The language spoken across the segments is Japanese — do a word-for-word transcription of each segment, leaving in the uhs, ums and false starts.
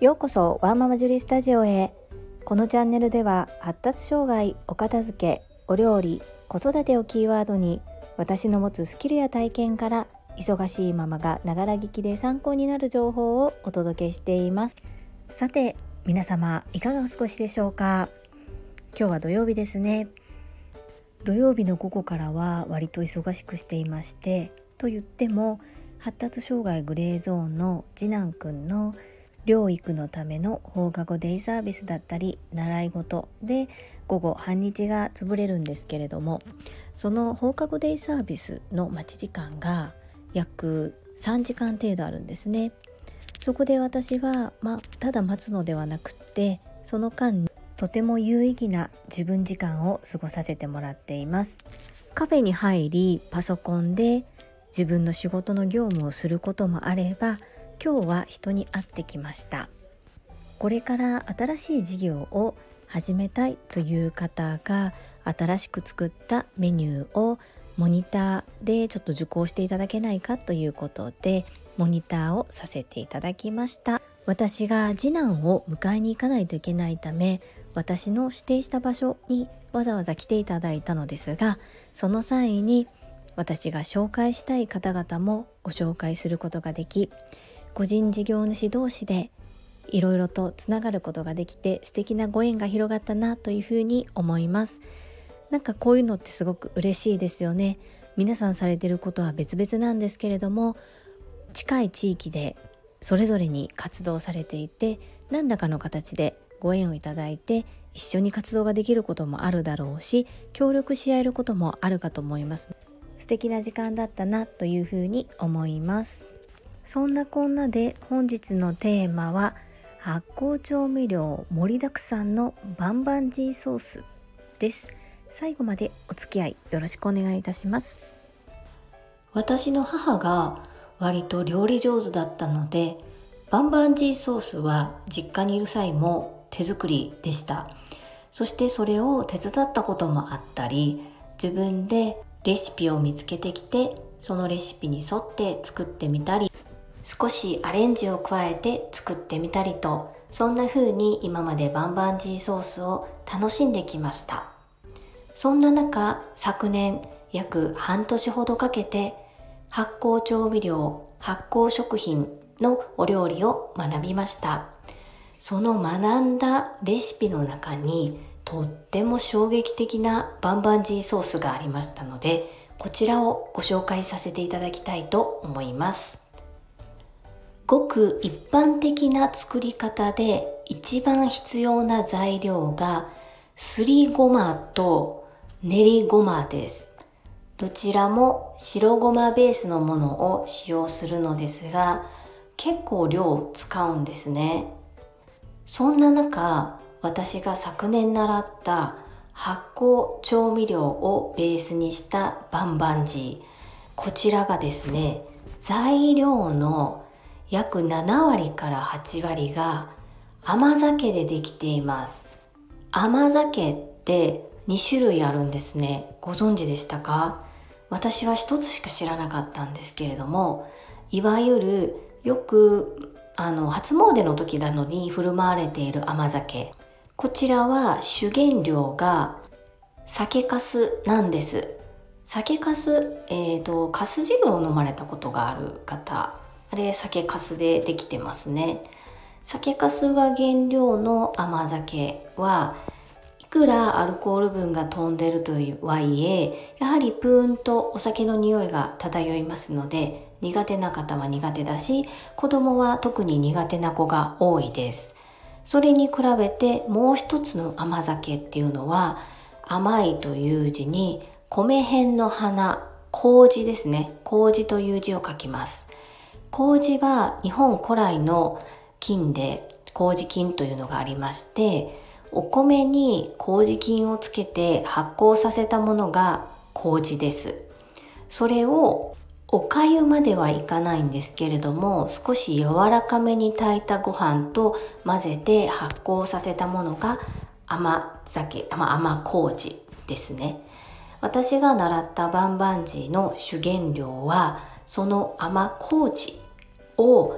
ようこそワーママジュリスタジオへ。このチャンネルでは発達障害、お片付け、お料理、子育てをキーワードに、私の持つスキルや体験から忙しいママがながら聞きで参考になる情報をお届けしています。さて皆様いかがお過ごしでしょうか。今日は土曜日ですね。土曜日の午後からは割と忙しくしていまして、と言っても発達障害グレーゾーンの次男くんの療育のための放課後デイサービスだったり習い事で午後半日が潰れるんですけれども、その放課後デイサービスの待ち時間が約さんじかん程度あるんですね。そこで私は、まあ、ただ待つのではなくってその間にとても有意義な自分時間を過ごさせてもらっています。カフェに入りパソコンで自分の仕事の業務をすることもあれば、今日は人に会ってきました。これから新しい事業を始めたいという方が新しく作ったメニューをモニターでちょっと受講していただけないかということでモニターをさせていただきました。私が次男を迎えに行かないといけないため、私の指定した場所にわざわざ来ていただいたのですが、その際に私が紹介したい方々もご紹介することができ、個人事業主同士でいろいろとつながることができて素敵なご縁が広がったなというふうに思います。なんかこういうのってすごく嬉しいですよね。皆さんされていることは別々なんですけれども、近い地域でそれぞれに活動されていて、何らかの形でご縁をいただいて一緒に活動ができることもあるだろうし、協力し合えることもあるかと思います。素敵な時間だったなというふうに思います。そんなこんなで本日のテーマは発酵調味料盛りだくさんのバンバンジーソースです。最後までお付き合いよろしくお願いいたします。私の母が割と料理上手だったので、バンバンジーソースは実家にいる際も手作りでした。そしてそれを手伝ったこともあったり、自分でレシピを見つけてきてそのレシピに沿って作ってみたり、少しアレンジを加えて作ってみたりと、そんな風に今までバンバンジーソースを楽しんできました。そんな中、昨年約半年ほどかけて発酵調味料、発酵食品のお料理を学びました。その学んだレシピの中にとっても衝撃的なバンバンジーソースがありましたので、こちらをご紹介させていただきたいと思います。ごく一般的な作り方で一番必要な材料がすりごまと練りごまです。どちらも白ごまベースのものを使用するのですが、結構量を使うんですね。そんな中、私が昨年習った発酵調味料をベースにしたバンバンジー、こちらがですね、材料の約ななわりからはちわりが甘酒でできています。甘酒ってにしゅるいあるんですね。ご存知でしたか？私はひとつしか知らなかったんですけれども、いわゆるよくあの初詣の時などに振る舞われている甘酒、こちらは主原料が酒粕なんです。酒粕、えーと、粕汁を飲まれたことがある方、あれ酒粕でできてますね。酒粕が原料の甘酒はいくらアルコール分が飛んでるとはいえ、やはりプーンとお酒の匂いが漂いますので、苦手な方は苦手だし、子供は特に苦手な子が多いです。それに比べてもう一つの甘酒っていうのは、甘いという字に米辺の花、麹ですね。麹という字を書きます。麹は日本古来の菌で麹菌というのがありまして、お米に麹菌をつけて発酵させたものが麹です。それをお粥まではいかないんですけれども、少し柔らかめに炊いたご飯と混ぜて発酵させたものが甘酒、甘麹ですね。私が習ったバンバンジーの主原料はその甘麹を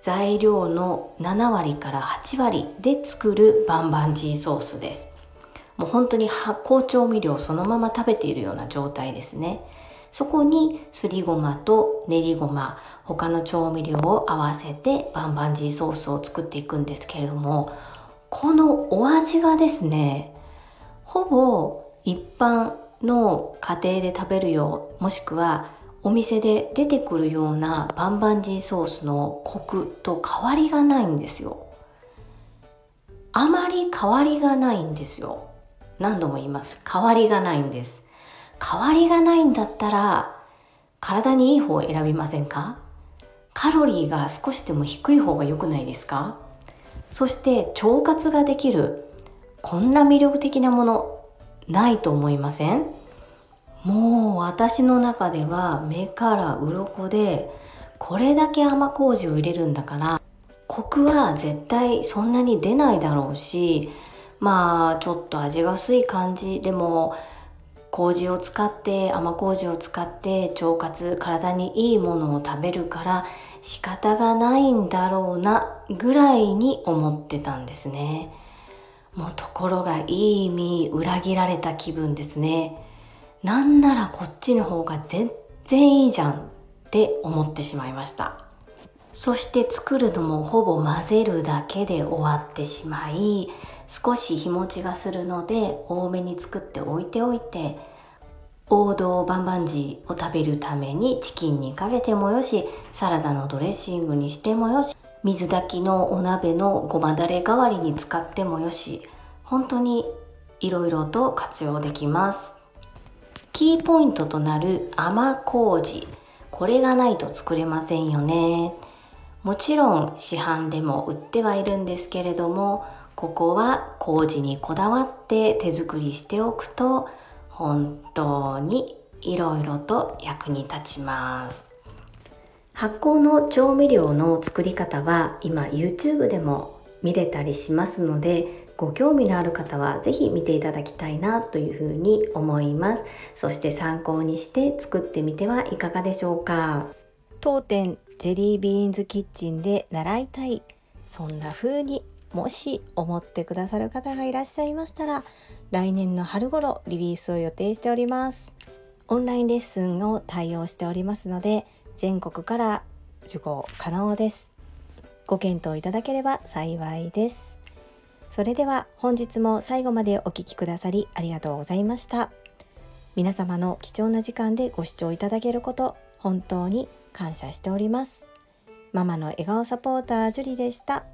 材料のななわりからはちわりで作るバンバンジーソースです。もう本当に発酵調味料そのまま食べているような状態ですね。そこにすりごまと練りごま、他の調味料を合わせてバンバンジーソースを作っていくんですけれども、このお味がですね、ほぼ一般の家庭で食べるよう、もしくはお店で出てくるようなバンバンジーソースのコクと変わりがないんですよ。あまり変わりがないんですよ。何度も言います。変わりがないんです。変わりがないんだったら体にいい方を選びませんか？カロリーが少しでも低い方が良くないですか？そして腸活ができる、こんな魅力的なものないと思いません？もう私の中では目から鱗で、これだけ甘麹を入れるんだからコクは絶対そんなに出ないだろうし、まあちょっと味が薄い感じでも麹を使って甘麹を使って腸活、体にいいものを食べるから仕方がないんだろうなぐらいに思ってたんですね。もうところがいい意味裏切られた気分ですね。なんならこっちの方が全然いいじゃんって思ってしまいました。そして作るのもほぼ混ぜるだけで終わってしまい、少し日持ちがするので多めに作っておいておいて、王道バンバンジーを食べるためにチキンにかけてもよし、サラダのドレッシングにしてもよし、水炊きのお鍋のごまだれ代わりに使ってもよし、本当にいろいろと活用できます。キーポイントとなる甘麹、これがないと作れませんよね。もちろん市販でも売ってはいるんですけれども、ここは麹にこだわって手作りしておくと本当にいろいろと役に立ちます。発酵の調味料の作り方は今 YouTube でも見れたりしますので、ご興味のある方はぜひ見ていただきたいなというふうに思います。そして参考にして作ってみてはいかがでしょうか。当店ジェリービーンズキッチンで習いたい、そんな風にもし思ってくださる方がいらっしゃいましたら、来年の春頃リリースを予定しております。オンラインレッスンを対応しておりますので、全国から受講可能です。ご検討いただければ幸いです。それでは本日も最後までお聞きくださりありがとうございました。皆様の貴重な時間でご視聴いただけること本当に感謝しております。ママの笑顔サポータージュリでした。